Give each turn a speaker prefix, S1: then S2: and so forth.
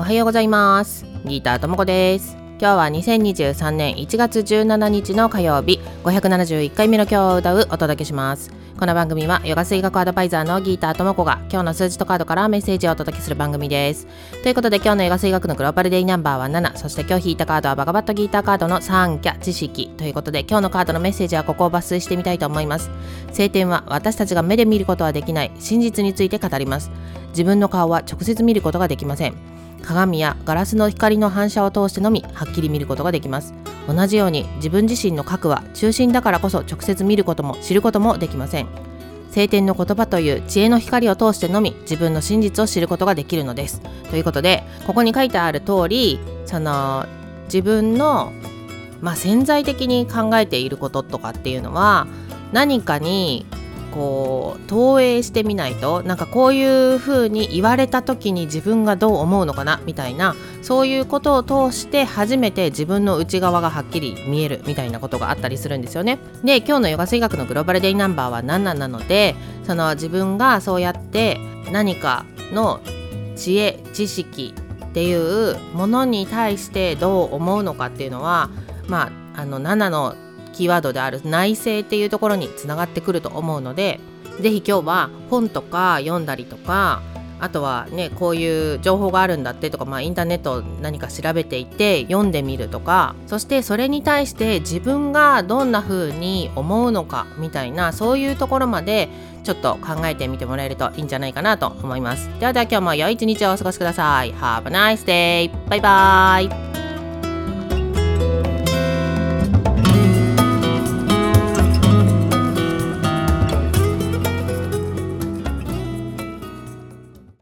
S1: おはようございます。ギターともこです。今日は2023年1月17日の火曜日、571回目の今日を歌うお届けします。この番組はヨガ水学アドバイザーのギターともこが今日の数字とカードからメッセージをお届けする番組です。ということで、今日のヨガ水学のグローバルデイナンバーは7、そして今日引いたカードはバガバットギーターカードの三脚知識ということで、今日のカードのメッセージはここを抜粋してみたいと思います。晴天は私たちが目で見ることはできない真実について語ります。自分の顔は直接見ることができません。鏡やガラスの光の反射を通してのみはっきり見ることができます。同じように自分自身の核は中心だからこそ直接見ることも知ることもできません。晴天の言葉という知恵の光を通してのみ自分の真実を知ることができるのです。ということで、ここに書いてある通り、自分の、潜在的に考えていることとかっていうのは何かに投影してみないと、こういう風に言われた時に自分がどう思うのかなみたいな、そういうことを通して初めて自分の内側がはっきり見えるみたいなことがあったりするんですよね。で、今日のヨガ水学のグローバルデイナンバーは7なので、自分がそうやって何かの知恵知識っていうものに対してどう思うのかっていうのは、7のキーワードである内省っていうところにつながってくると思うので、ぜひ今日は本とか読んだりとか、あとはね、こういう情報があるんだってとか、インターネットを何か調べていて読んでみるとか、そしてそれに対して自分がどんな風に思うのかみたいな、そういうところまでちょっと考えてみてもらえるといいんじゃないかなと思います。では今日も良い一日をお過ごしください。Have a nice day! バイバイ。